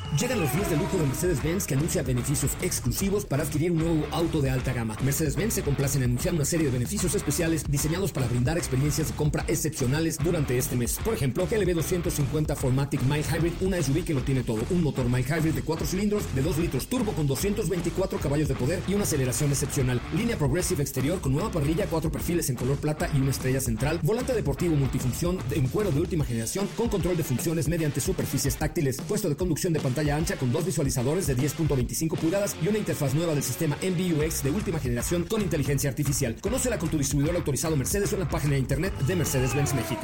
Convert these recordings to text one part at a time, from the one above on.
Llegan los días de lujo de Mercedes-Benz, que anuncia beneficios exclusivos para adquirir un nuevo auto de alta gama. Mercedes-Benz se complace en anunciar una serie de beneficios especiales diseñados para brindar experiencias de compra excepcionales durante este mes. Por ejemplo, GLB 250 4MATIC Mild Hybrid, una SUV que lo tiene todo. Un motor Mild Hybrid de 4 cilindros de 2 litros turbo con 224 caballos de poder y una aceleración excepcional. Línea Progressive exterior con nueva parrilla, 4 perfiles en color plata y una estrella central. Volante deportivo multifunción en cuero de última generación con control de funciones mediante superficies táctiles. Puesto de conducción de pantalla ancha con 2 visualizadores de 10.25 pulgadas y una interfaz nueva del sistema MBUX de última generación con inteligencia artificial. Conócela con tu distribuidor autorizado Mercedes o en la página de internet de Mercedes-Benz México.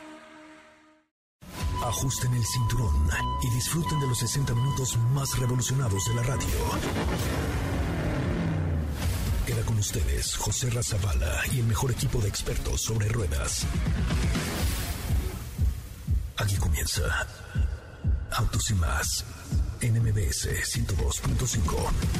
Ajusten el cinturón y disfruten de los 60 minutos más revolucionados de la radio. Queda con ustedes José Razabala y el mejor equipo de expertos sobre ruedas. Aquí comienza Autos y Más en MBS 102.5.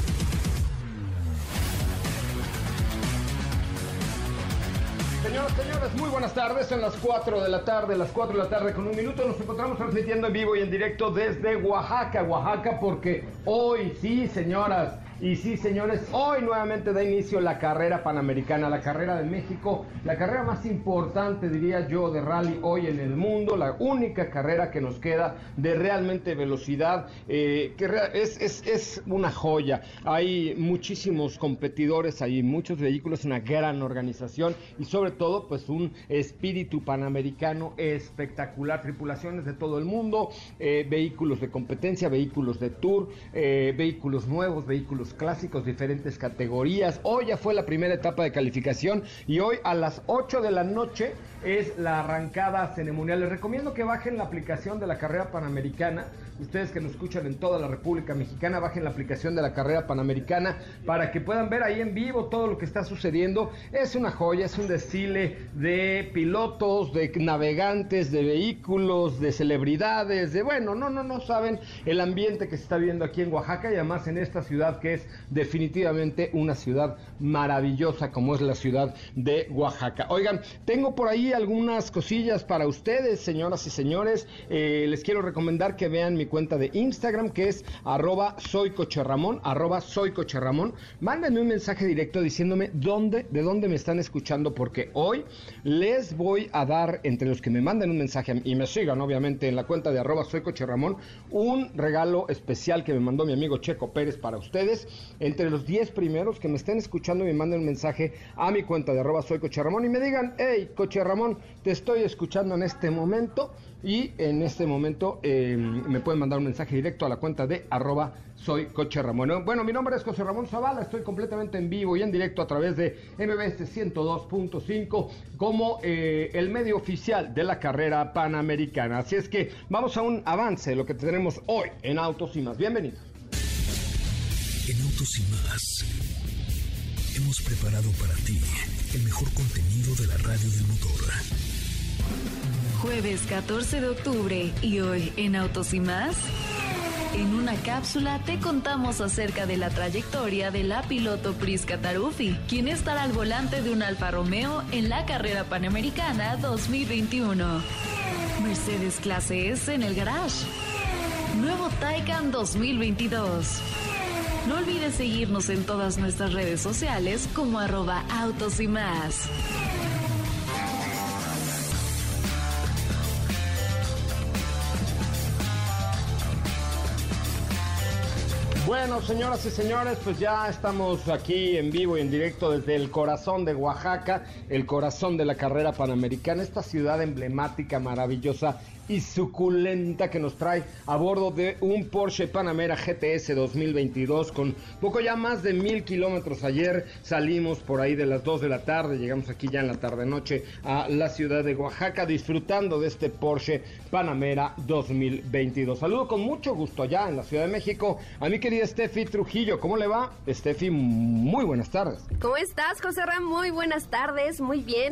Señoras, muy buenas tardes. Son las 4 de la tarde con un minuto. Nos encontramos transmitiendo en vivo y en directo desde Oaxaca, porque hoy, sí, señoras y sí, señores, hoy nuevamente da inicio la carrera panamericana, la carrera de México, la carrera más importante, diría yo, de rally hoy en el mundo, la única carrera que nos queda de realmente velocidad, que es una joya. Hay muchísimos competidores, hay muchos vehículos, una gran organización y sobre todo, pues un espíritu panamericano espectacular, tripulaciones de todo el mundo, vehículos de competencia, vehículos de tour, vehículos nuevos, vehículos clásicos, diferentes categorías. Hoy ya fue la primera etapa de calificación y hoy a las 8 de la noche es la arrancada ceremonial. Les recomiendo que bajen la aplicación de la carrera panamericana. Ustedes que nos escuchan en toda la República Mexicana, bajen la aplicación de la carrera panamericana para que puedan ver ahí en vivo todo lo que está sucediendo. Es una joya, es un desfile de pilotos, de navegantes, de vehículos, de celebridades, de bueno, no saben el ambiente que se está viendo aquí en Oaxaca y además en esta ciudad que es definitivamente una ciudad maravillosa como es la ciudad de Oaxaca. Oigan, tengo por ahí algunas cosillas para ustedes, señoras y señores. Les quiero recomendar que vean mi cuenta de Instagram, que es @soycocherramon. Mándenme un mensaje directo diciéndome de dónde me están escuchando, porque hoy les voy a dar, entre los que me manden un mensaje y me sigan obviamente en la cuenta de @soycocherramon, un regalo especial que me mandó mi amigo Checo Pérez para ustedes. Entre los 10 primeros que me estén escuchando y me manden un mensaje a mi cuenta de @soycocherramon y me digan: hey, Coche Ramón, te estoy escuchando en este momento, y en este momento me pueden mandar un mensaje directo a la cuenta de @soycocherramon. Bueno, mi nombre es José Ramón Zavala, estoy completamente en vivo y en directo a través de MBS 102.5 como el medio oficial de la carrera panamericana. Así es que vamos a un avance de lo que tenemos hoy en Autos y Más. Bienvenidos. En Autos y Más hemos preparado para ti el mejor contenido de la radio del motor. Jueves 14 de octubre y hoy en Autos y Más. En una cápsula te contamos acerca de la trayectoria de la piloto Prisca Taruffi, quien estará al volante de un Alfa Romeo en la carrera panamericana 2021. Mercedes Clase S en el garage. Nuevo Taycan 2022. No olvides seguirnos en todas nuestras redes sociales como @Autos y Más. Bueno, señoras y señores, pues ya estamos aquí en vivo y en directo desde el corazón de Oaxaca, el corazón de la carrera panamericana, esta ciudad emblemática, maravillosa y suculenta que nos trae a bordo de un Porsche Panamera GTS 2022 con poco ya más de 1000 kilómetros. Ayer salimos por ahí de las 2 de la tarde, llegamos aquí ya en la tarde-noche a la ciudad de Oaxaca disfrutando de este Porsche Panamera 2022. Saludo con mucho gusto allá en la Ciudad de México a mi querida Steffi Trujillo. ¿Cómo le va? Steffi, muy buenas tardes. ¿Cómo estás, José Ram? Muy buenas tardes, muy bien,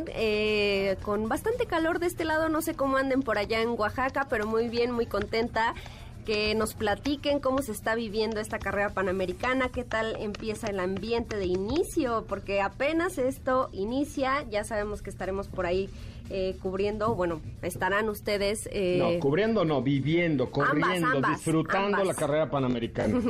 con bastante calor de este lado, no sé cómo anden por allá en Oaxaca, pero muy bien, muy contenta. que nos platiquen cómo se está viviendo esta carrera panamericana, qué tal empieza el ambiente de inicio, porque apenas esto inicia, ya sabemos que estaremos por ahí cubriendo, bueno, estarán ustedes... No, cubriendo no, viviendo, corriendo, ambas, disfrutando la carrera panamericana.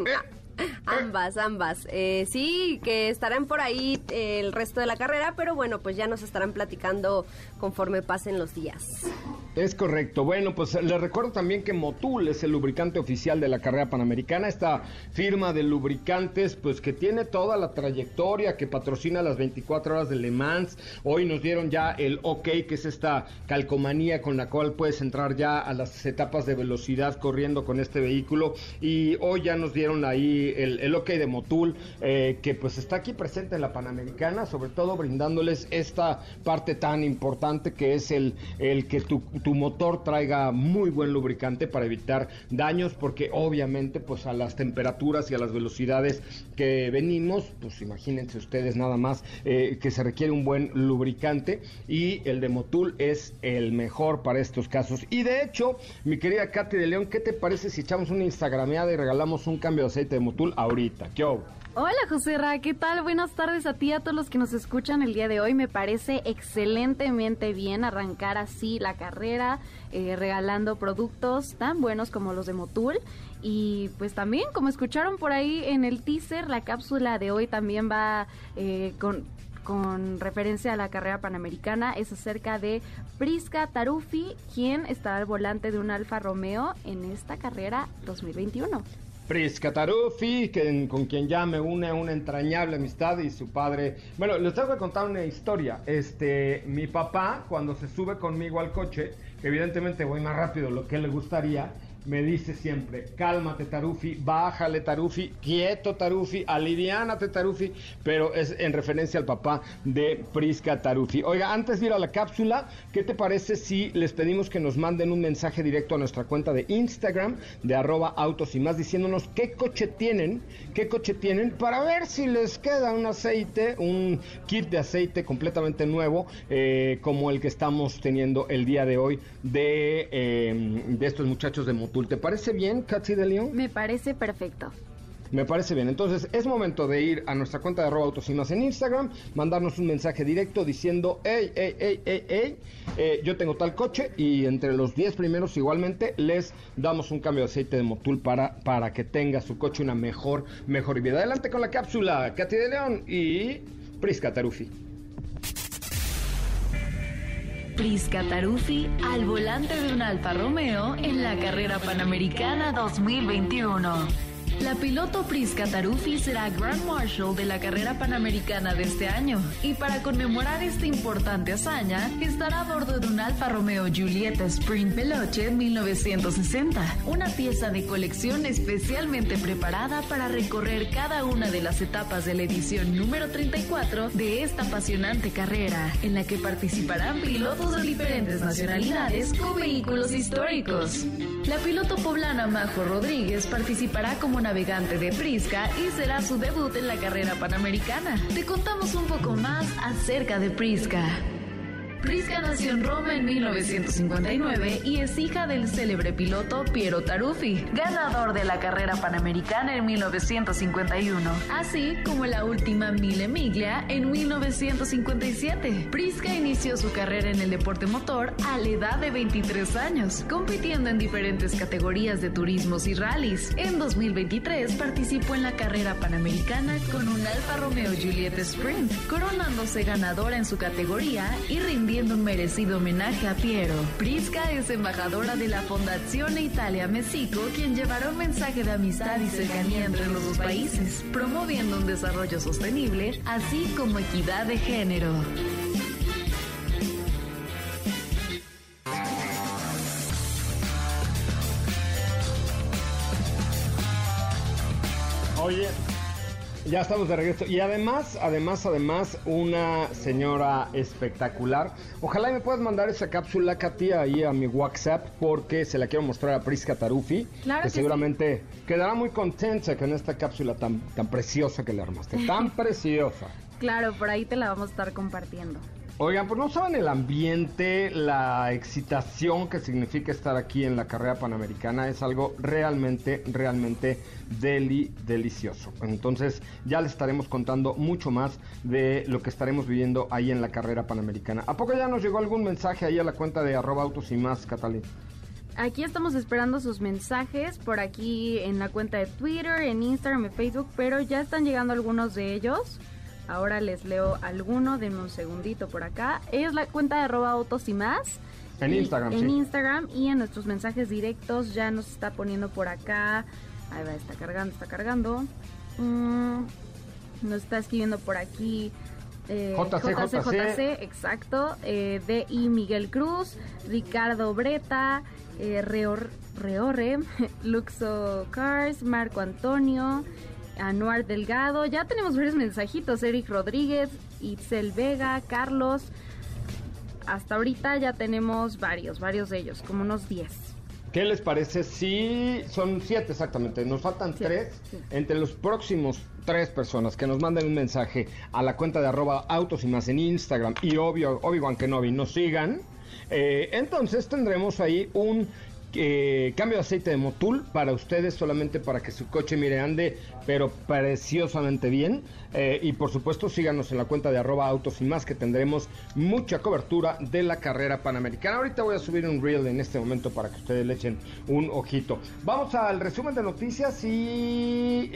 Ambas. Sí, que estarán por ahí el resto de la carrera, pero bueno, pues ya nos estarán platicando conforme pasen los días. Es correcto. Bueno, pues les recuerdo también que Motul es el lubricante oficial de la carrera panamericana, esta firma de lubricantes, pues que tiene toda la trayectoria, que patrocina las 24 horas de Le Mans. Hoy nos dieron ya el OK, que es esta calcomanía con la cual puedes entrar ya a las etapas de velocidad corriendo con este vehículo, y hoy ya nos dieron ahí el OK de Motul, que pues está aquí presente en la Panamericana, sobre todo brindándoles esta parte tan importante que es el que tu motor traiga muy buen lubricante para evitar daños, porque obviamente pues a las temperaturas y a las velocidades que venimos, pues imagínense ustedes nada más que se requiere un buen lubricante, y el de Motul es el mejor para estos casos. Y de hecho, mi querida Katy de León, ¿qué te parece si echamos una instagrameada y regalamos un cambio de aceite de Motul ahorita? ¿Qué hubo? Hola, Joserra, ¿qué tal? Buenas tardes a ti y a todos los que nos escuchan el día de hoy. Me parece excelentemente bien arrancar así la carrera, regalando productos tan buenos como los de Motul. Y pues también, como escucharon por ahí en el teaser, la cápsula de hoy también va con referencia a la carrera panamericana. Es acerca de Prisca Taruffi, quien estará al volante de un Alfa Romeo en esta carrera 2021. Prisca Taruffi, con quien ya me une una entrañable amistad, y su padre. Bueno, les tengo que contar una historia. Mi papá, cuando se sube conmigo al coche, que evidentemente voy más rápido de lo que le gustaría, me dice siempre: cálmate, Taruffi, bájale, Taruffi, quieto, Taruffi, aliviánate, Taruffi, pero es en referencia al papá de Prisca Taruffi. Oiga, antes de ir a la cápsula, ¿qué te parece si les pedimos que nos manden un mensaje directo a nuestra cuenta de Instagram, de @autosymás, diciéndonos qué coche tienen, para ver si les queda un aceite, un kit de aceite completamente nuevo, como el que estamos teniendo el día de hoy de estos muchachos de Motul. ¿Te parece bien, Katy de León? Me parece perfecto. Me parece bien. Entonces es momento de ir a nuestra cuenta de @autosymás en Instagram, mandarnos un mensaje directo diciendo: yo tengo tal coche, y entre los 10 primeros igualmente les damos un cambio de aceite de Motul para que tenga su coche una mejor vida. Adelante con la cápsula, Katy de León y Prisca Taruffi. Prisca Taruffi al volante de un Alfa Romeo en la carrera panamericana 2021. La piloto Prisca Taruffi será Grand Marshal de la carrera panamericana de este año, y para conmemorar esta importante hazaña estará a bordo de un Alfa Romeo Giulietta Sprint Veloce 1960, una pieza de colección especialmente preparada para recorrer cada una de las etapas de la edición número 34 de esta apasionante carrera, en la que participarán pilotos de diferentes nacionalidades con vehículos históricos. La piloto poblana Majo Rodríguez participará como navegante de Prisca y será su debut en la carrera panamericana. Te contamos un poco más acerca de Prisca. Prisca nació en Roma en 1959 y es hija del célebre piloto Piero Taruffi, ganador de la carrera panamericana en 1951, así como la última Mille Miglia en 1957. Prisca inició su carrera en el deporte motor a la edad de 23 años, compitiendo en diferentes categorías de turismos y rallies. En 2023 participó en la carrera panamericana con un Alfa Romeo Giulietta Sprint, coronándose ganadora en su categoría y rindiendo un merecido homenaje a Piero. Prisca es embajadora de la Fondazione Italia Messico, quien llevará un mensaje de amistad y cercanía entre los dos países, promoviendo un desarrollo sostenible, así como equidad de género. Oye, ya estamos de regreso. Y además, una señora espectacular. Ojalá me puedas mandar esa cápsula, Katy, ahí a mi WhatsApp, porque se la quiero mostrar a Prisca Taruffi, claro que sí, seguramente quedará muy contenta con esta cápsula tan preciosa que le armaste. Tan preciosa. Claro, por ahí te la vamos a estar compartiendo. Oigan, pues no saben el ambiente, la excitación que significa estar aquí en la carrera panamericana. Es algo realmente delicioso. Entonces ya les estaremos contando mucho más de lo que estaremos viviendo ahí en la carrera panamericana. ¿A poco ya nos llegó algún mensaje ahí a la cuenta de @autosymas, Catalina? Aquí estamos esperando sus mensajes por aquí en la cuenta de Twitter, en Instagram, en Facebook, pero ya están llegando algunos de ellos. Ahora les leo alguno, denme un segundito por acá. Es la cuenta de @autosymas. En Instagram, en Instagram y en nuestros mensajes directos ya nos está poniendo por acá. Ahí va, está cargando. Nos está escribiendo por aquí JC, exacto. D.I. Miguel Cruz, Ricardo Breta, Reorre, Luxo Cars, Marco Antonio, Anuar Delgado. Ya tenemos varios mensajitos. Eric Rodríguez, Itzel Vega, Carlos. Hasta ahorita ya tenemos varios de ellos, como unos 10. ¿Qué les parece? Sí, son 7 exactamente. Nos faltan 3. Sí. Entre los próximos 3 personas que nos manden un mensaje a la cuenta de @autosymas en Instagram y Obi-Wan Kenobi nos sigan, entonces tendremos ahí un cambio de aceite de Motul para ustedes, solamente para que su coche ande pero preciosamente bien, y por supuesto síganos en la cuenta de @autosymas, que tendremos mucha cobertura de la carrera panamericana. Ahorita voy a subir un reel en este momento para que ustedes le echen un ojito. Vamos al resumen de noticias y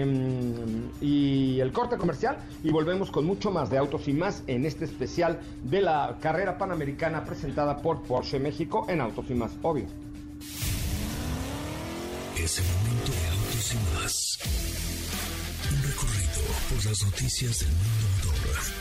el corte comercial, y volvemos con mucho más de Autos y Más en este especial de la carrera panamericana presentada por Porsche México en Autos y Más, obvio. Es el momento de Autos y Más. Un recorrido por las noticias del mundo motor.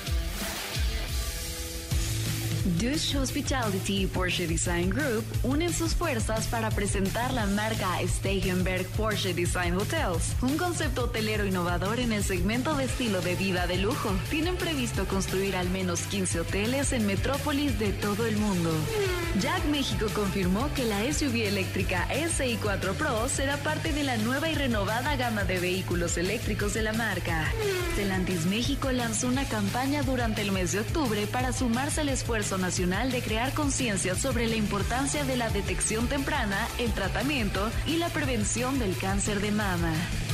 Dutch Hospitality y Porsche Design Group unen sus fuerzas para presentar la marca Steigenberg Porsche Design Hotels, un concepto hotelero innovador en el segmento de estilo de vida de lujo. Tienen previsto construir al menos 15 hoteles en metrópolis de todo el mundo. Jack México confirmó que la SUV eléctrica SI4 Pro será parte de la nueva y renovada gama de vehículos eléctricos de la marca. Stellantis México lanzó una campaña durante el mes de octubre para sumarse al esfuerzo nacional de crear conciencia sobre la importancia de la detección temprana, el tratamiento y la prevención del cáncer de mama.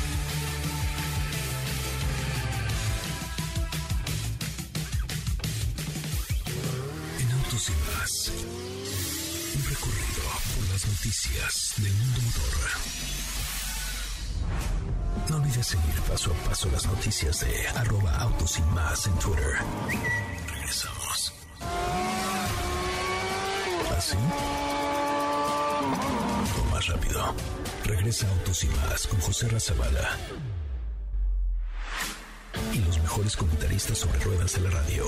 En Autos y Más, un recorrido por las noticias del mundo motor. No olvides seguir paso a paso las noticias de @Autos y Más en Twitter. Regresamos. ¿Así? O más rápido. Regresa Autos y Más con José Razabala y los mejores comentaristas sobre ruedas de la radio.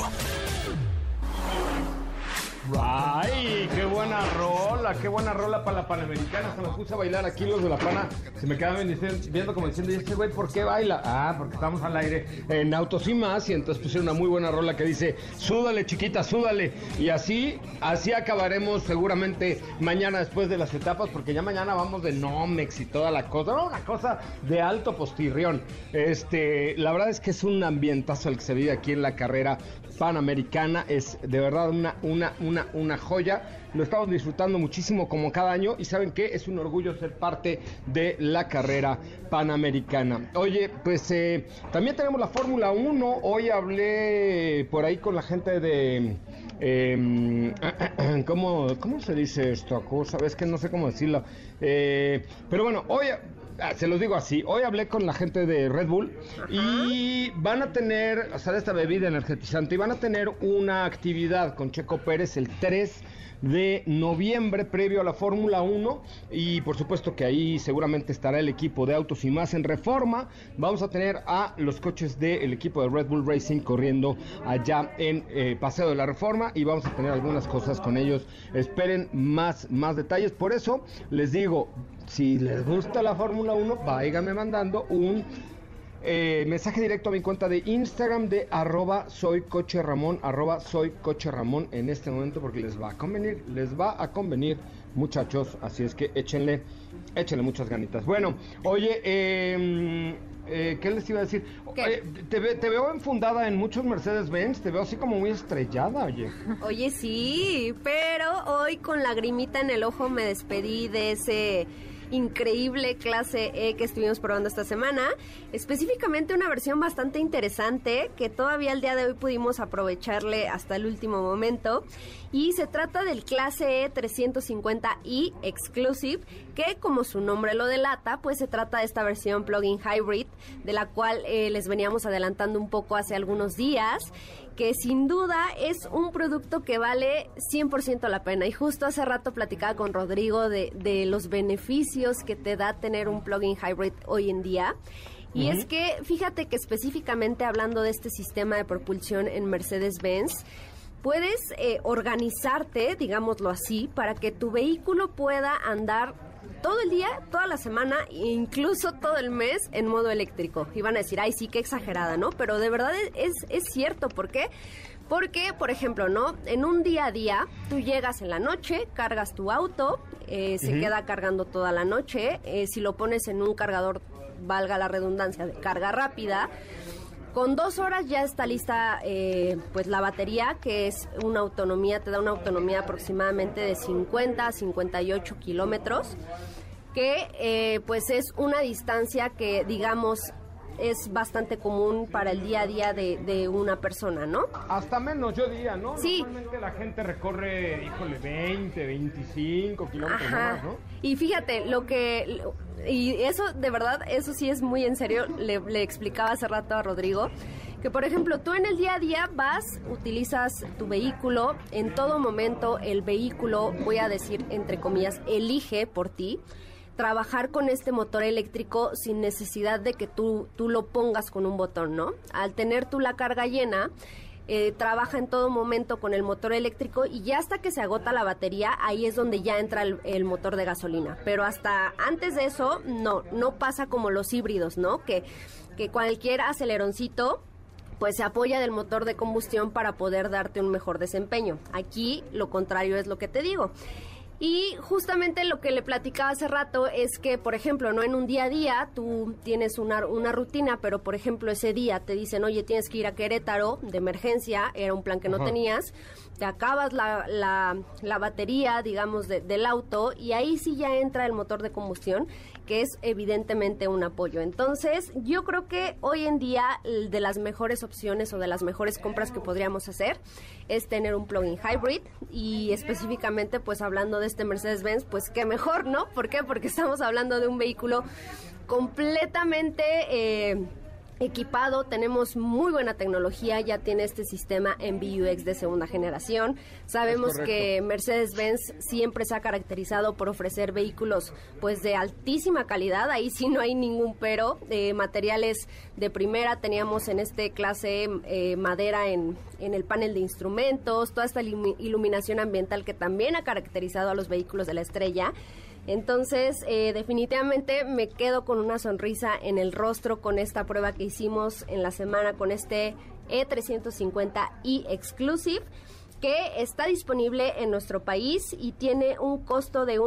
¡Ay, qué buena rola para la Panamericana! Se me puse a bailar aquí los de la Pana, se me quedaban viendo como diciendo, ¿y este güey por qué baila? Ah, porque estamos al aire en Autos y Más, y entonces pusieron una muy buena rola que dice, súdale chiquita, súdale, y así acabaremos seguramente mañana después de las etapas, porque ya mañana vamos de Nomex y toda la cosa, una cosa de alto postirrión. La verdad es que es un ambientazo el que se vive aquí en la carrera Panamericana, es de verdad una joya. Lo estamos disfrutando muchísimo como cada año, y ¿saben qué? Es un orgullo ser parte de la carrera Panamericana. Oye, pues también tenemos la Fórmula 1. Hoy hablé por ahí con la gente de... ¿cómo se dice esto? ¿Sabes que no sé cómo decirlo? Pero bueno, hoy... se los digo así, hoy hablé con la gente de Red Bull. Ajá. Y van a tener, o sea, de esta bebida energetizante, y van a tener una actividad con Checo Pérez el 3 de noviembre previo a la Fórmula 1, y por supuesto que ahí seguramente estará el equipo de Autos y Más en Reforma. Vamos a tener a los coches del equipo de Red Bull Racing corriendo allá en Paseo de la Reforma, y vamos a tener algunas cosas con ellos. Esperen más detalles. Por eso les digo, si les gusta la Fórmula 1, váyganme mandando un mensaje directo a mi cuenta de Instagram de @soycocheramon, @soycocheramon en este momento, porque les va a convenir muchachos, así es que échenle muchas ganitas. Bueno, oye, ¿qué les iba a decir? Te veo enfundada en muchos Mercedes-Benz, te veo así como muy estrellada, oye. Oye, sí, pero hoy con lagrimita en el ojo me despedí de ese increíble clase E que estuvimos probando esta semana, específicamente una versión bastante interesante que todavía el día de hoy pudimos aprovecharle hasta el último momento, y se trata del clase E 350i Exclusive, que como su nombre lo delata, pues se trata de esta versión plug-in hybrid, de la cual les veníamos adelantando un poco hace algunos días, que sin duda es un producto que vale 100% la pena. Y justo hace rato platicaba con Rodrigo de los beneficios que te da tener un plug-in hybrid hoy en día. Y es que, fíjate que específicamente hablando de este sistema de propulsión en Mercedes-Benz, puedes organizarte, digámoslo así, para que tu vehículo pueda andar todo el día, toda la semana, incluso todo el mes en modo eléctrico. Y van a decir, ay, sí, qué exagerada, ¿no? Pero de verdad es cierto. ¿Por qué? Porque, por ejemplo, ¿no? En un día a día, tú llegas en la noche, cargas tu auto, se queda cargando toda la noche. Si lo pones en un cargador, valga la redundancia, de carga rápida, con 2 horas ya está lista pues la batería, que es una autonomía, te da una autonomía aproximadamente de 50 a 58 kilómetros, que pues es una distancia que, digamos, es bastante común para el día a día de una persona, ¿no? Hasta menos, yo diría, ¿no? Sí. Normalmente la gente recorre, 20, 25 kilómetros más, ¿no? Y fíjate, y eso, de verdad, eso sí es muy en serio, le explicaba hace rato a Rodrigo, que por ejemplo, tú en el día a día utilizas tu vehículo, en todo momento el vehículo, voy a decir entre comillas, elige por ti trabajar con este motor eléctrico sin necesidad de que tú lo pongas con un botón, ¿no? Al tener tú la carga llena, trabaja en todo momento con el motor eléctrico, y ya hasta que se agota la batería, ahí es donde ya entra el motor de gasolina. Pero hasta antes de eso, no pasa como los híbridos, ¿no? Que cualquier aceleroncito pues se apoya del motor de combustión para poder darte un mejor desempeño. Aquí lo contrario es lo que te digo. Y justamente lo que le platicaba hace rato es que, por ejemplo, no en un día a día tú tienes una rutina, pero por ejemplo ese día te dicen, oye, tienes que ir a Querétaro de emergencia, era un plan que no tenías, te acabas la batería, digamos, del auto, y ahí sí ya entra el motor de combustión, que es evidentemente un apoyo. Entonces, yo creo que hoy en día de las mejores opciones o de las mejores compras que podríamos hacer es tener un plug-in hybrid, y específicamente pues hablando de este Mercedes-Benz, pues qué mejor, ¿no? ¿Por qué? Porque estamos hablando de un vehículo completamente equipado, tenemos muy buena tecnología, ya tiene este sistema MBUX de segunda generación. Sabemos que Mercedes-Benz siempre se ha caracterizado por ofrecer vehículos pues de altísima calidad, ahí sí no hay ningún pero, materiales de primera, teníamos en este clase madera en el panel de instrumentos, toda esta iluminación ambiental que también ha caracterizado a los vehículos de la estrella. Entonces, definitivamente me quedo con una sonrisa en el rostro con esta prueba que hicimos en la semana con este E350i Exclusive, que está disponible en nuestro país y tiene un costo de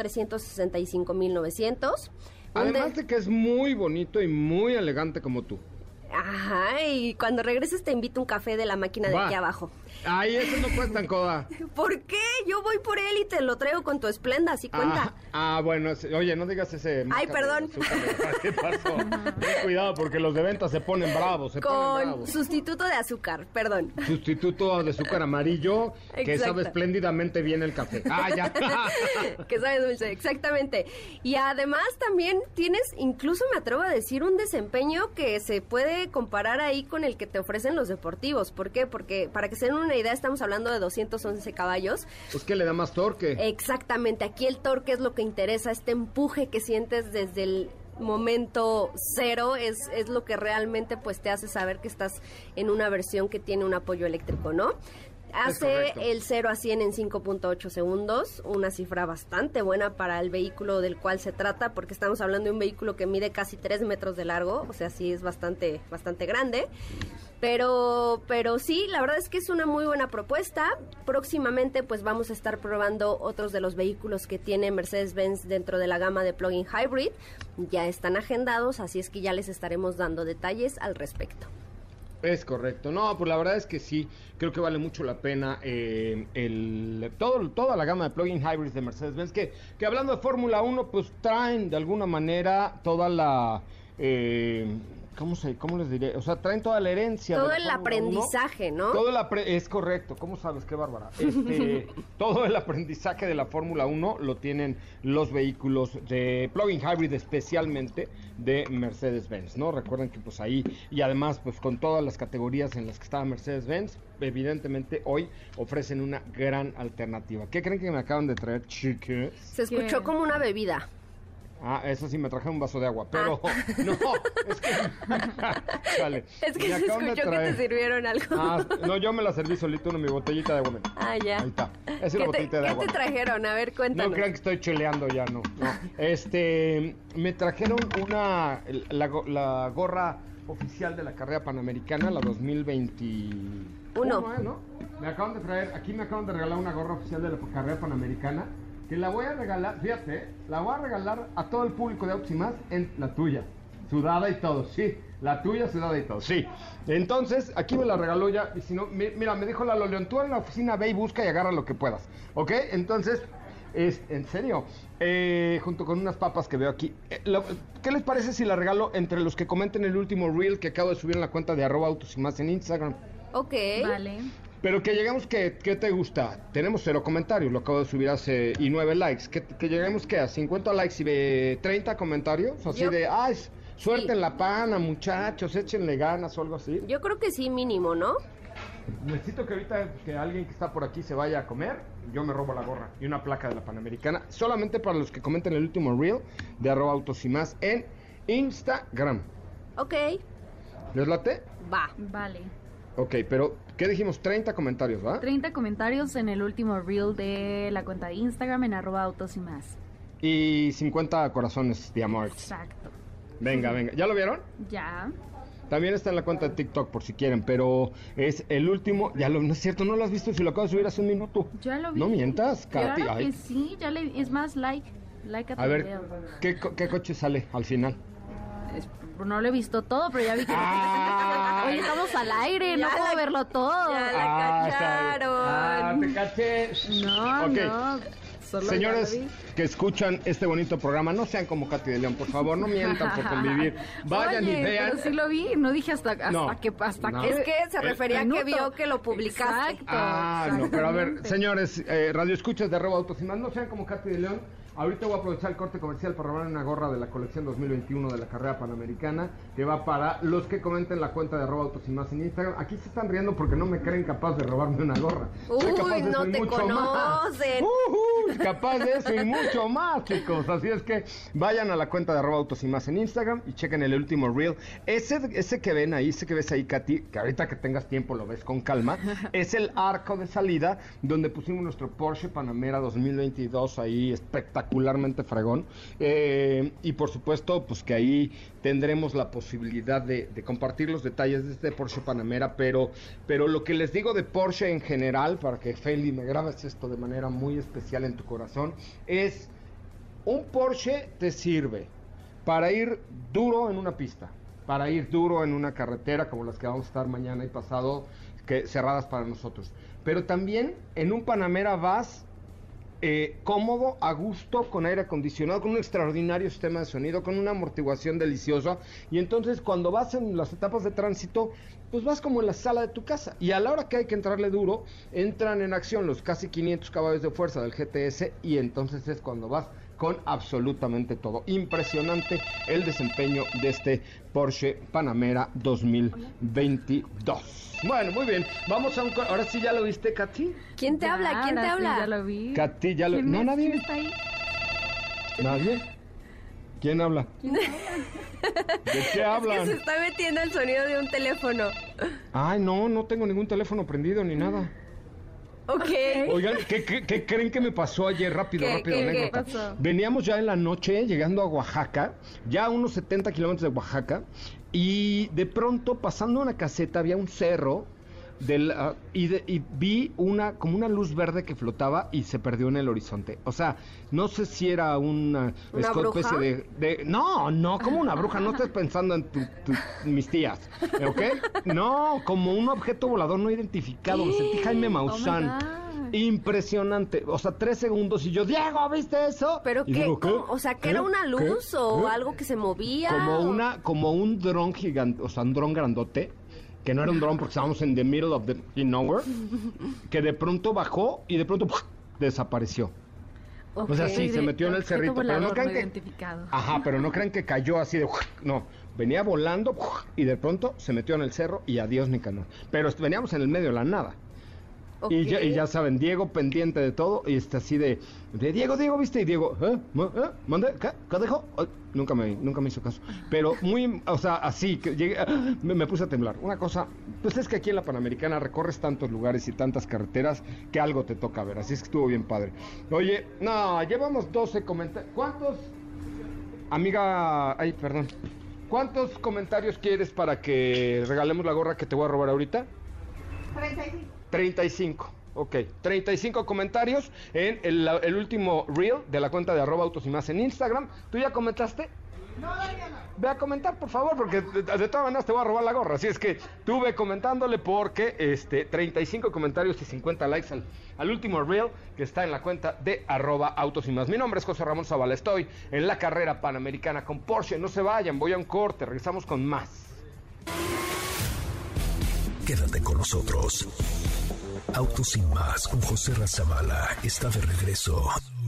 1,365,900. Además de que es muy bonito y muy elegante como tú. Ajá, y cuando regreses te invito un café de la máquina de aquí abajo. Ay, eso no cuesta en Coda. ¿Por qué? Yo voy por él y te lo traigo con tu Esplenda, así cuenta. Bueno, oye, no digas ese... Ay, perdón. ¿Qué pasó? Ten cuidado porque los de venta se ponen bravos, Con sustituto de azúcar, perdón. Sustituto de azúcar amarillo, que sabe espléndidamente bien el café. Ya. Que sabe dulce, exactamente. Y además también tienes, incluso me atrevo a decir, un desempeño que se puede comparar ahí con el que te ofrecen los deportivos. ¿Por qué? Porque, para que se den una idea, estamos hablando de 211 caballos. Pues que le da más torque. Exactamente, aquí el torque es lo que interesa, este empuje que sientes desde el momento cero es lo que realmente pues te hace saber que estás en una versión que tiene un apoyo eléctrico, ¿no? Hace el 0 a 100 en 5.8 segundos, una cifra bastante buena para el vehículo del cual se trata, porque estamos hablando de un vehículo que mide casi 3 metros de largo, o sea, sí es bastante grande. Pero sí, la verdad es que es una muy buena propuesta. Próximamente pues vamos a estar probando otros de los vehículos que tiene Mercedes-Benz dentro de la gama de plug-in hybrid. Ya están agendados, así es que ya les estaremos dando detalles al respecto. Es correcto. No, pues la verdad es que sí, creo que vale mucho la pena toda la gama de plug-in hybrids de Mercedes-Benz, que hablando de Fórmula 1, pues traen de alguna manera toda la... ¿Cómo les diré? O sea, traen toda la herencia. Todo de el aprendizaje, ¿no? Es correcto. ¿Cómo sabes? Qué bárbara. Todo el aprendizaje de la Fórmula 1 lo tienen los vehículos de plug-in hybrid, especialmente de Mercedes-Benz, ¿no? Recuerden que pues ahí, y además pues con todas las categorías en las que estaba Mercedes-Benz, evidentemente hoy ofrecen una gran alternativa. ¿Qué creen que me acaban de traer, chicas? Se escuchó como una bebida. Ah, eso sí, me traje un vaso de agua, pero no, es que... Dale, es que se escuchó que te sirvieron algo. No, yo me la serví solito en mi botellita de agua. Ya. Ahí está, es una botellita de agua. ¿Qué te trajeron? A ver, cuéntanos. No crean que estoy chuleando ya, no. Me trajeron la gorra oficial de la carrera panamericana, la 2021, ¿no? Me acaban de regalar una gorra oficial de la carrera panamericana, que la voy a regalar, fíjate, la voy a regalar a todo el público de Autos y Más, en la tuya, sudada y todo, sí, la tuya sudada y todo, sí. Entonces, aquí me la regaló ya, y si no, mira, me dijo Lalo León, tú en la oficina ve y busca y agarra lo que puedas, ¿ok? Entonces, en serio, junto con unas papas que veo aquí, ¿qué les parece si la regalo entre los que comenten el último reel que acabo de subir en la cuenta de @Autos y Más en Instagram? Ok. Vale. Pero que lleguemos, ¿qué te gusta? Tenemos 0 comentarios, lo acabo de subir hace, y 9 likes. Que lleguemos, ¿qué? A 50 likes y 30 comentarios, así de, suerte sí. En la pana, muchachos, échenle ganas o algo así. Yo creo que sí, mínimo, ¿no? Necesito que ahorita que alguien que está por aquí se vaya a comer, yo me robo la gorra y una placa de la Panamericana, solamente para los que comenten el último reel de @Autos y Más en Instagram. Ok. ¿Les late? Va. Vale. Ok, pero, ¿qué dijimos? 30 comentarios, ¿va? 30 comentarios en el último reel de la cuenta de Instagram en @Autos y Más. Y 50 corazones de amor. Exacto. Venga. ¿Ya lo vieron? Ya. También está en la cuenta de TikTok por si quieren, pero es el último. No es cierto, no lo has visto si lo acabo de subir hace un minuto. Ya lo vi. No mientas, Katy. Claro que sí, es más like a tu ver, video. ¿qué coche sale al final? No lo he visto todo, pero ya vi que... Oye, estamos al aire, no puedo verlo todo. Ya la cacharon. Te caché. No. Señores que escuchan este bonito programa, no sean como Katy de León, por favor, no mientan por convivir. Vayan y vean. Pero sí lo vi, no dije hasta que... Es que se refería a que vio que lo publicaste. Exacto. No, pero a ver, señores, radio escuchas de @Autos y Más, no sean como Katy de León. Ahorita voy a aprovechar el corte comercial para robar una gorra de la colección 2021 de la carrera panamericana, que va para los que comenten la cuenta de @Autos y Más en Instagram. Aquí se están riendo porque no me creen capaz de robarme una gorra. Uy, no te conocen. Capaz de eso y mucho más, chicos. Así es que vayan a la cuenta de @Autos y Más en Instagram y chequen el último reel. Ese que ven ahí, ese que ves ahí, Katy, que ahorita que tengas tiempo lo ves con calma, es el arco de salida donde pusimos nuestro Porsche Panamera 2022 ahí espectacularmente fregón, y por supuesto pues que ahí tendremos la posibilidad de compartir los detalles de este Porsche Panamera, pero lo que les digo de Porsche en general, para que Feli me grabes esto de manera muy especial en tu corazón, es un Porsche te sirve para ir duro en una pista, para ir duro en una carretera como las que vamos a estar mañana y pasado, cerradas para nosotros, pero también en un Panamera vas cómodo, a gusto, con aire acondicionado, con un extraordinario sistema de sonido, con una amortiguación deliciosa, y entonces cuando vas en las etapas de tránsito, pues vas como en la sala de tu casa, y a la hora que hay que entrarle duro, entran en acción los casi 500 caballos de fuerza del GTS, y entonces es cuando vas con absolutamente todo. Impresionante el desempeño de este Porsche Panamera 2022. Bueno, muy bien. Vamos a ahora sí, ¿ya lo viste, Katy? ¿Quién te habla? ¿Quién te habla? Sí, ya lo vi. Katy, ya lo... No, nadie. ¿Quién está ahí? ¿Nadie? ¿Quién habla? ¿De qué hablan? Es que se está metiendo el sonido de un teléfono. Ay, no tengo ningún teléfono prendido ni nada. Ok. Oigan, ¿qué creen que me pasó ayer? Rápido, anécdota. ¿Qué pasó? Veníamos ya en la noche llegando a Oaxaca, ya a unos 70 kilómetros de Oaxaca, y de pronto, pasando una caseta, había un cerro, y vi como una luz verde que flotaba y se perdió en el horizonte. O sea, no sé si era una bruja? No, como una bruja, no estés pensando en mis tías, ¿ok? No, como un objeto volador no identificado, me sentí Jaime Maussan. Oh my God. Impresionante, o sea, 3 segundos y yo, Diego, ¿viste eso? ¿Pero y qué? digo, O sea, ¿que era una luz o algo que se movía? Como un dron gigante, o sea, un dron grandote, que no era un dron porque estábamos en the middle of the nowhere, que de pronto bajó y de pronto desapareció. Okay. O sea, sí, se metió en el cerrito, pero no crean que... identificado. Ajá, pero no crean que cayó así de... No, venía volando y de pronto se metió en el cerro y adiós Nicanor. Pero veníamos en el medio de la nada. Okay. Y ya saben, Diego pendiente de todo y está así de Diego, ¿viste? Y Diego, ¿Mandé? ¿Qué dejó? Nunca me hizo caso. Pero muy, o sea, así, que llegué, me puse a temblar. Una cosa, pues es que aquí en la Panamericana recorres tantos lugares y tantas carreteras que algo te toca ver. Así es que estuvo bien padre. Oye, no, llevamos 12 comentarios. ¿Cuántos? Amiga, perdón. ¿Cuántos comentarios quieres para que regalemos la gorra que te voy a robar ahorita? 35, ok. 35 comentarios en el último reel de la cuenta de @autos y más en Instagram. ¿Tú ya comentaste? No, Dariana. Ve a comentar, por favor, porque de todas maneras te voy a robar la gorra. Así es que tú ve comentándole porque 35 comentarios y 50 likes al último reel que está en la cuenta de @autos y más. Mi nombre es José Ramón Zavala. Estoy en la carrera panamericana con Porsche. No se vayan, voy a un corte. Regresamos con más. Quédate con nosotros. Autos sin más con José Razabala está de regreso.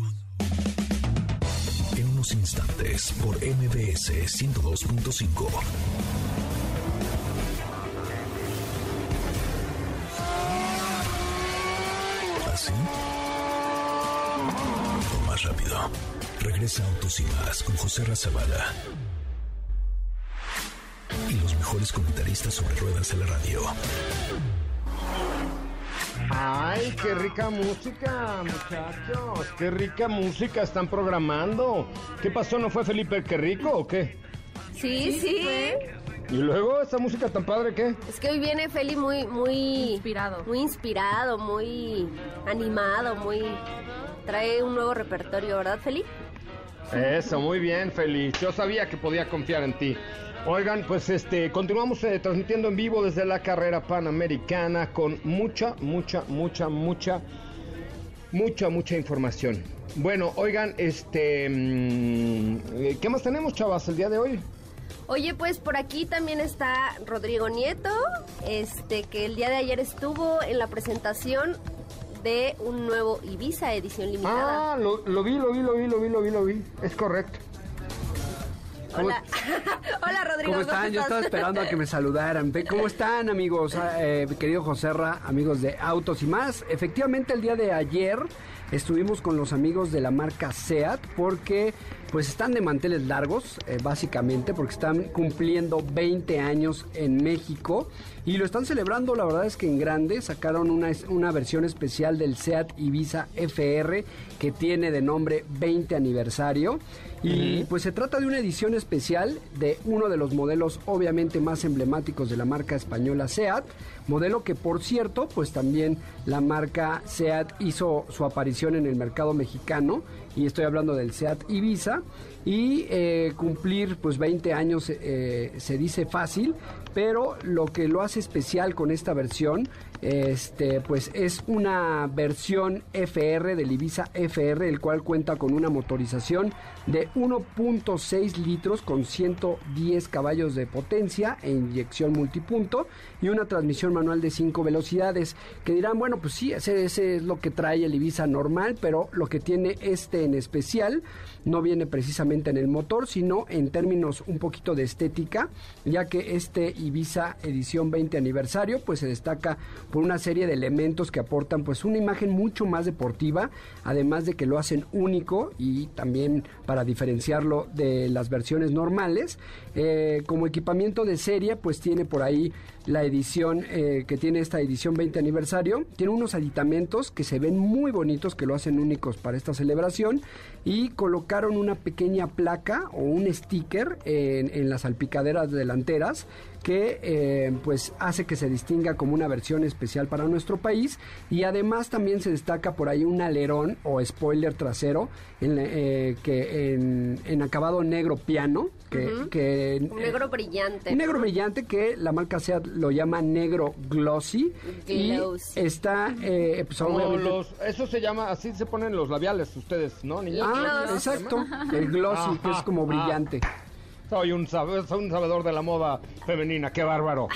En unos instantes por MBS 102.5. ¿Así? O más rápido. Regresa Autos sin más con José Razabala. Y los mejores comentaristas sobre ruedas en la radio. Ay, qué rica música, muchachos. Qué rica música están programando. ¿Qué pasó? ¿No fue Felipe Qué Rico o qué? Sí. ¿Y luego esa música tan padre qué? Es que hoy viene Feli muy inspirado. Muy inspirado, muy animado, trae un nuevo repertorio, ¿verdad, Feli? Eso, muy bien, Feli. Yo sabía que podía confiar en ti. Oigan, pues continuamos transmitiendo en vivo desde la carrera panamericana con mucha información. Bueno, oigan, ¿qué más tenemos, chavas, el día de hoy? Oye, pues por aquí también está Rodrigo Nieto, que el día de ayer estuvo en la presentación de un nuevo Ibiza edición limitada. Ah, lo vi. Es correcto. Hola. Hola, Rodrigo. ¿Cómo están? Yo estaba esperando a que me saludaran. ¿Cómo están, amigos? Querido Joserra, amigos de Autos y más. Efectivamente, el día de ayer estuvimos con los amigos de la marca SEAT porque pues están de manteles largos, básicamente, porque están cumpliendo 20 años en México y lo están celebrando, la verdad es que en grande. Sacaron una versión especial del SEAT Ibiza FR que tiene de nombre 20 aniversario. Y pues se trata de una edición especial de uno de los modelos obviamente más emblemáticos de la marca española SEAT, modelo que por cierto pues también la marca SEAT hizo su aparición en el mercado mexicano, y estoy hablando del SEAT Ibiza, y cumplir pues 20 años se dice fácil, pero lo que lo hace especial con esta versión pues es una versión FR del Ibiza FR, el cual cuenta con una motorización de 1.6 litros con 110 caballos de potencia e inyección multipunto y una transmisión manual de 5 velocidades, que dirán, bueno, pues sí, ese es lo que trae el Ibiza normal, pero lo que tiene este en especial no viene precisamente en el motor, sino en términos un poquito de estética, ya que este Ibiza edición 20 aniversario pues se destaca por una serie de elementos que aportan pues una imagen mucho más deportiva, además de que lo hacen único y también para diferenciarlo de las versiones normales. Como equipamiento de serie pues tiene por ahí la edición que tiene esta edición 20 aniversario, tiene unos aditamentos que se ven muy bonitos, que lo hacen únicos para esta celebración, y colocaron una pequeña placa o un sticker en las salpicaderas delanteras que pues hace que se distinga como una versión especial para nuestro país, y además también se destaca por ahí un alerón o spoiler trasero en acabado negro piano, un negro brillante. Un negro brillante que la marca Seat lo llama negro glossy. Y está pues obviamente, eso se llama, así se ponen los labiales ustedes, ¿no, niña? Exacto, el glossy, que es como brillante. Soy un sabedor de la moda femenina, qué bárbaro.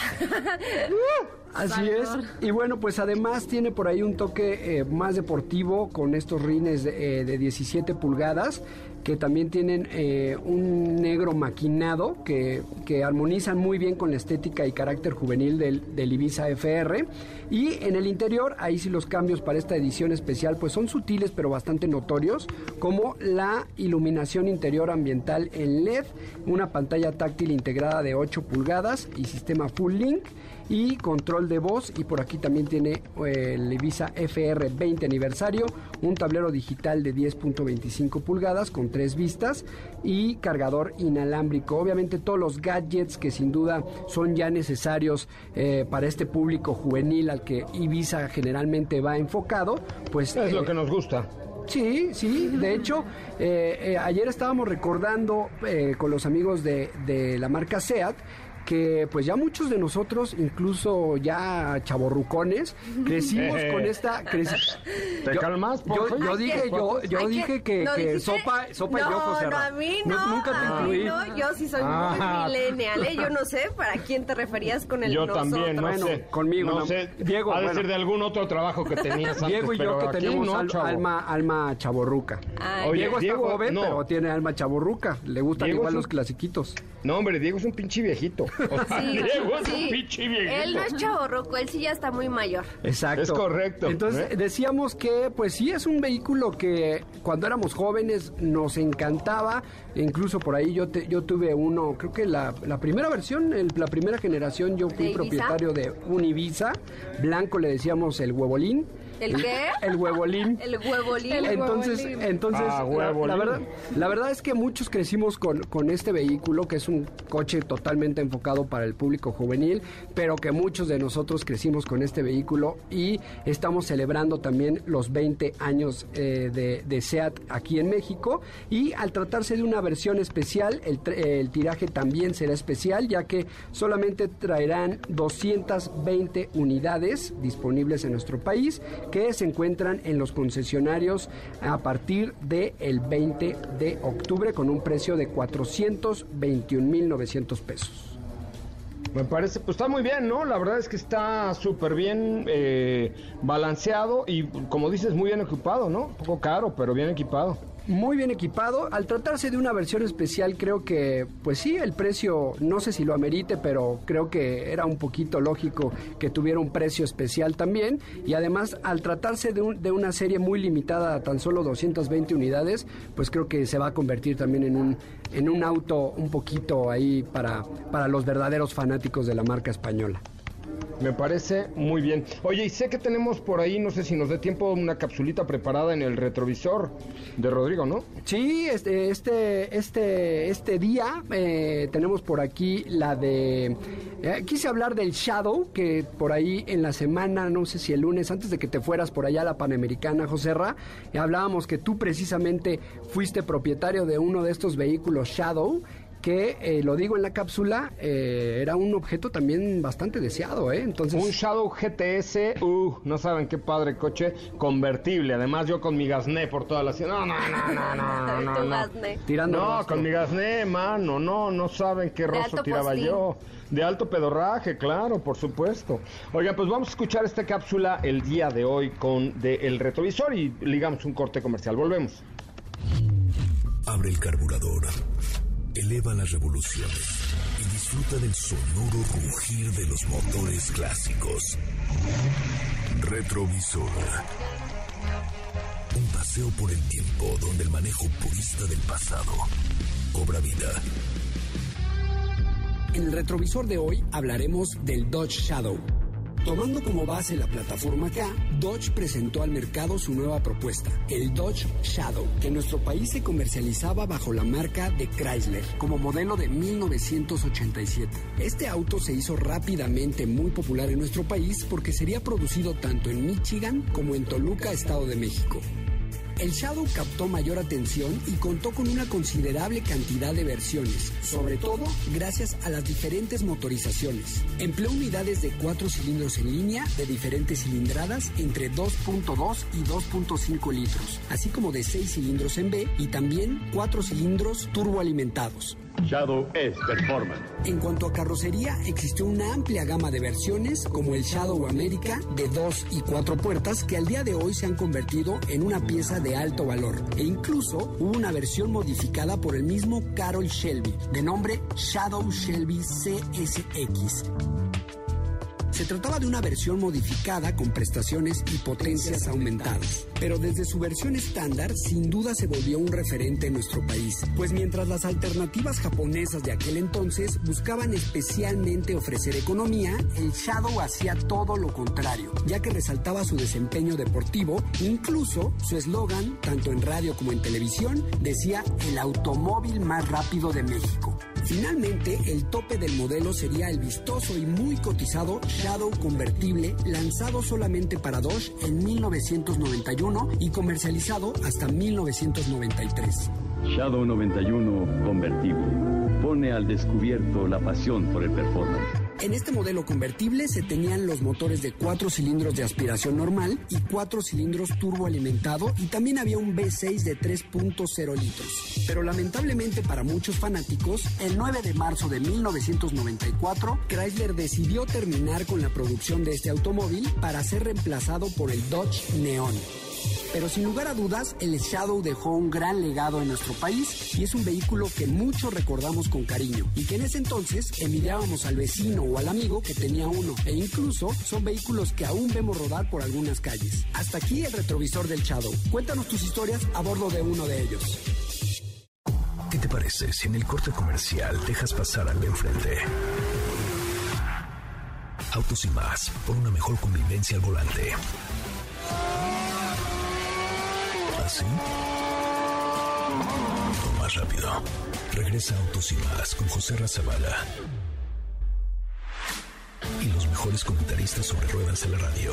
Así es. Y bueno, pues además tiene por ahí un toque más deportivo con estos rines de 17 pulgadas que también tienen un negro maquinado que armonizan muy bien con la estética y carácter juvenil del Ibiza FR. Y en el interior, ahí sí los cambios para esta edición especial pues son sutiles pero bastante notorios, como la iluminación interior ambiental en LED, una pantalla táctil integrada de 8 pulgadas y sistema Full Link y control de voz, y por aquí también tiene el Ibiza FR 20 aniversario, un tablero digital de 10.25 pulgadas con 3 vistas y cargador inalámbrico. Obviamente todos los gadgets que sin duda son ya necesarios para este público juvenil al que Ibiza generalmente va enfocado, pues es lo que nos gusta. Sí, de hecho, ayer estábamos recordando con los amigos de la marca Seat que pues ya muchos de nosotros, incluso ya chavorrucones, crecimos con esta... ¿Te calmas? Yo dije que sopa y yo, José. No, a mí no. Nunca te incluí. No, yo sí soy muy millennial, ¿eh? Yo no sé para quién te referías con el nosotros. Yo también, no sé. Conmigo. No sé, Diego, ha de ser de algún otro trabajo que tenías antes. Diego y yo que tenemos alma chavorruca. Diego está joven, pero tiene alma chavorruca. Le gustan igual los clasiquitos. No, hombre, Diego es un pinche viejito. Diego es un pinche viejito. Él no es chavorruco, él sí ya está muy mayor. Exacto. Es correcto. Entonces decíamos que pues sí es un vehículo que cuando éramos jóvenes nos encantaba. Incluso por ahí yo tuve uno, creo que la primera versión, la primera generación, yo fui propietario de un Ibiza. Blanco le decíamos el huevolín. ¿El qué? El huevolín. El huevolín. Entonces la verdad es que muchos crecimos con este vehículo, que es un coche totalmente enfocado para el público juvenil, pero que muchos de nosotros crecimos con este vehículo y estamos celebrando también los 20 años de Seat aquí en México. Y al tratarse de una versión especial, el tiraje también será especial, ya que solamente traerán 220 unidades disponibles en nuestro país, que se encuentran en los concesionarios a partir del 20 de octubre con un precio de 421,900 pesos. Me parece, pues está muy bien, ¿no? La verdad es que está súper bien balanceado y, como dices, muy bien equipado, ¿no? Un poco caro, pero bien equipado. Muy bien equipado. Al tratarse de una versión especial, creo que, pues sí, el precio, no sé si lo amerite, pero creo que era un poquito lógico que tuviera un precio especial también. Y además, al tratarse de una serie muy limitada a tan solo 220 unidades, pues creo que se va a convertir también en un auto un poquito ahí para los verdaderos fanáticos de la marca española. Me parece muy bien. Oye, y sé que tenemos por ahí, no sé si nos dé tiempo, una capsulita preparada en el retrovisor de Rodrigo, ¿no? Sí, este día tenemos por aquí la de... quise hablar del Shadow, que por ahí en la semana, no sé si el lunes, antes de que te fueras por allá a la Panamericana, Joserra, hablábamos que tú precisamente fuiste propietario de uno de estos vehículos Shadow, que, lo digo en la cápsula, era un objeto también bastante deseado, ¿eh? Entonces... Un Shadow GTS, no saben qué padre coche, convertible. Además, yo con mi Gasné por toda la ciudad. No. Tirando no, con mi Gasné, mano, no saben qué rostro tiraba yo. De alto pedorraje, claro, por supuesto. Oigan, pues vamos a escuchar esta cápsula el día de hoy con El Retrovisor y ligamos un corte comercial. Volvemos. Abre el carburador, eleva las revoluciones y disfruta del sonoro rugir de los motores clásicos. Retrovisor. Un paseo por el tiempo donde el manejo purista del pasado cobra vida. En el retrovisor de hoy hablaremos del Dodge Shadow. Tomando como base la plataforma K, Dodge presentó al mercado su nueva propuesta, el Dodge Shadow, que en nuestro país se comercializaba bajo la marca de Chrysler, como modelo de 1987. Este auto se hizo rápidamente muy popular en nuestro país porque sería producido tanto en Michigan como en Toluca, Estado de México. El Shadow captó mayor atención y contó con una considerable cantidad de versiones, sobre todo gracias a las diferentes motorizaciones. Empleó unidades de 4 cilindros en línea de diferentes cilindradas entre 2.2 y 2.5 litros, así como de 6 cilindros en B y también 4 cilindros turboalimentados. Shadow es performance. En cuanto a carrocería, existió una amplia gama de versiones como el Shadow América de 2 y 4 puertas que al día de hoy se han convertido en una pieza de alto valor. E incluso hubo una versión modificada por el mismo Carroll Shelby, de nombre Shadow Shelby CSX. Se trataba de una versión modificada con prestaciones y potencias aumentadas, pero desde su versión estándar sin duda se volvió un referente en nuestro país, pues mientras las alternativas japonesas de aquel entonces buscaban especialmente ofrecer economía, el Shadow hacía todo lo contrario, ya que resaltaba su desempeño deportivo, incluso su eslogan, tanto en radio como en televisión, decía el automóvil más rápido de México. Finalmente, el tope del modelo sería el vistoso y muy cotizado Shadow convertible, lanzado solamente para Dodge en 1991 y comercializado hasta 1993. Shadow 91 convertible. Pone al descubierto la pasión por el performance. En este modelo convertible se tenían los motores de 4 cilindros de aspiración normal y 4 cilindros turboalimentado y también había un V6 de 3.0 litros. Pero lamentablemente para muchos fanáticos, el 9 de marzo de 1994, Chrysler decidió terminar con la producción de este automóvil para ser reemplazado por el Dodge Neon. Pero sin lugar a dudas, el Shadow dejó un gran legado en nuestro país y es un vehículo que muchos recordamos con cariño y que en ese entonces envidiábamos al vecino o al amigo que tenía uno e incluso son vehículos que aún vemos rodar por algunas calles. Hasta aquí el retrovisor del Shadow. Cuéntanos tus historias a bordo de uno de ellos. ¿Qué te parece si en el corte comercial dejas pasar al de enfrente? Autos y más, por una mejor convivencia al volante. ¿Así? O más rápido. Regresa Autos y Más con José Razabala y los mejores comentaristas sobre ruedas en la radio.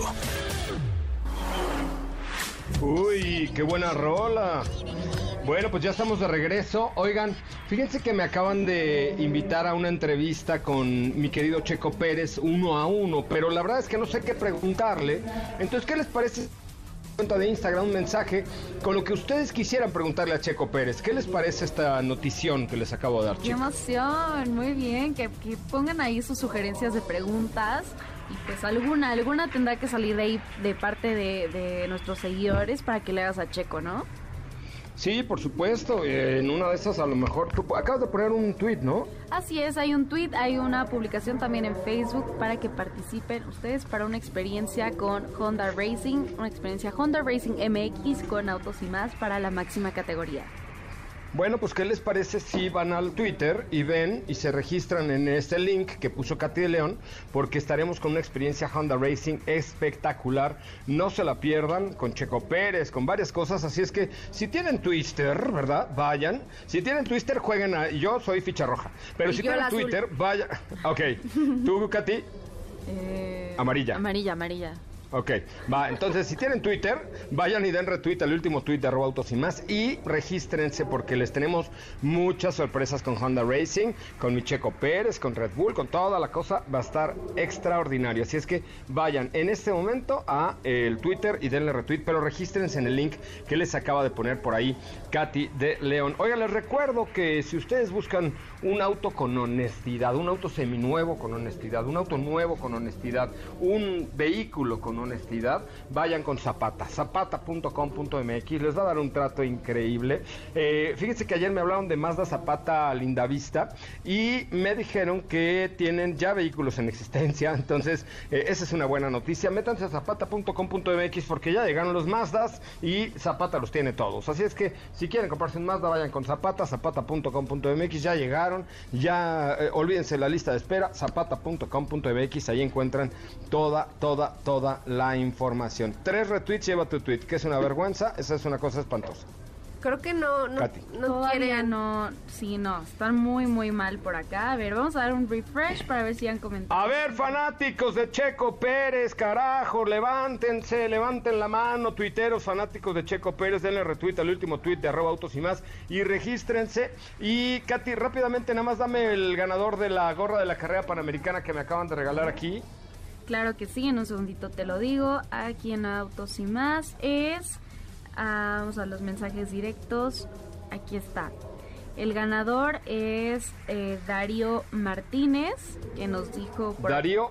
Uy, qué buena rola. Bueno, pues ya estamos de regreso. Oigan, fíjense que me acaban de invitar a una entrevista con mi querido Checo Pérez 1 a 1, pero la verdad es que no sé qué preguntarle. Entonces, ¿qué les parece? Cuenta de Instagram un mensaje con lo que ustedes quisieran preguntarle a Checo Pérez. ¿Qué les parece esta notición que les acabo de dar, chicos? ¡Qué emoción! Muy bien, que pongan ahí sus sugerencias de preguntas y pues alguna tendrá que salir de ahí de parte de nuestros seguidores para que le hagas a Checo, ¿no? Sí, por supuesto. En una de esas a lo mejor tú acabas de poner un tweet, ¿no? Así es, hay un tweet, hay una publicación también en Facebook para que participen ustedes para una experiencia con Honda Racing, una experiencia Honda Racing MX con Autos y Más para la máxima categoría. Bueno, pues ¿qué les parece si van al Twitter y ven y se registran en este link que puso Katy de León? Porque estaremos con una experiencia Honda Racing espectacular. No se la pierdan, con Checo Pérez, con varias cosas. Así es que si tienen Twitter, ¿verdad? Vayan. Si tienen Twitter, jueguen a... Yo soy ficha roja. Pero si tienen Twitter, vayan... Ok. ¿Tú, Katy? Amarilla. Amarilla. Ok, va, entonces si tienen Twitter, vayan y den retweet al último tweet de @autos y más y regístrense porque les tenemos muchas sorpresas con Honda Racing, con mi Checo Pérez, con Red Bull, con toda la cosa, va a estar extraordinario. Así es que vayan en este momento a el Twitter y denle retweet, pero regístrense en el link que les acaba de poner por ahí Katy de León. Oigan, les recuerdo que si ustedes buscan un auto con honestidad, un auto seminuevo con honestidad, un auto nuevo con honestidad, un vehículo con honestidad, vayan con Zapata, zapata.com.mx, les va a dar un trato increíble. Fíjense que ayer me hablaron de Mazda Zapata Lindavista y me dijeron que tienen ya vehículos en existencia, entonces esa es una buena noticia. Métanse a zapata.com.mx porque ya llegaron los Mazdas y Zapata los tiene todos, así es que si quieren comprarse un Mazda, vayan con Zapata, zapata.com.mx, ya llegaron, ya olvídense la lista de espera, zapata.com.mx, ahí encuentran toda la información. 3 retweets, lleva tu tweet, que es una vergüenza, esa es una cosa espantosa. Creo que no quieren. No, están muy mal por acá. A ver, vamos a dar un refresh para ver si han comentado. A ver, fanáticos de Checo Pérez, carajo, levanten la mano, tuiteros fanáticos de Checo Pérez, denle retweet al último tweet de @autos y más y regístrense. Y Katy, rápidamente, nada más dame el ganador de la gorra de la carrera panamericana que me acaban de regalar aquí. Claro que sí, en un segundito te lo digo. Aquí en Autos y Más es... vamos a los mensajes directos. Aquí está. El ganador es Darío Martínez, que nos dijo... Darío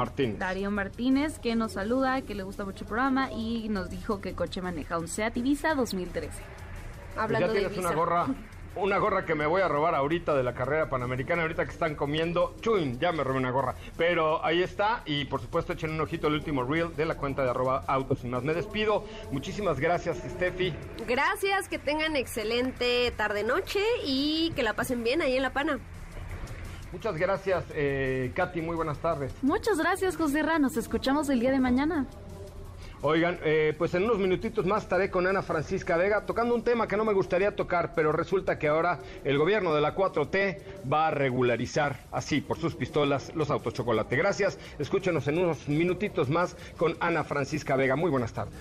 Martínez, que nos saluda, que le gusta mucho el programa y nos dijo que coche maneja un Seat Ibiza 2013. Hablando ya tienes de Ibiza. Una gorra que me voy a robar ahorita de la carrera panamericana, ahorita que están comiendo, ¡chuin! Ya me robé una gorra, pero ahí está, y por supuesto echen un ojito al último reel de la cuenta de @autos y más. Me despido, muchísimas gracias, Steffi. Gracias, que tengan excelente tarde-noche y que la pasen bien ahí en La Pana. Muchas gracias, Katy, muy buenas tardes. Muchas gracias, José Ra, nos escuchamos el día de mañana. Oigan, pues en unos minutitos más estaré con Ana Francisca Vega tocando un tema que no me gustaría tocar, pero resulta que ahora el gobierno de la 4T va a regularizar así por sus pistolas los autos chocolate. Gracias, escúchenos en unos minutitos más con Ana Francisca Vega. Muy buenas tardes.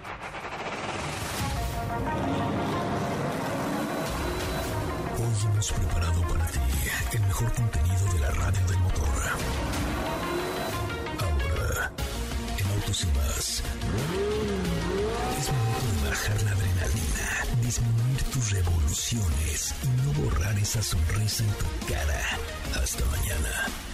Hoy hemos preparado para ti el mejor contenido de la radio del motor. Ahora, en Autos y Más, es momento de bajar la adrenalina, disminuir tus revoluciones y no borrar esa sonrisa en tu cara. Hasta mañana.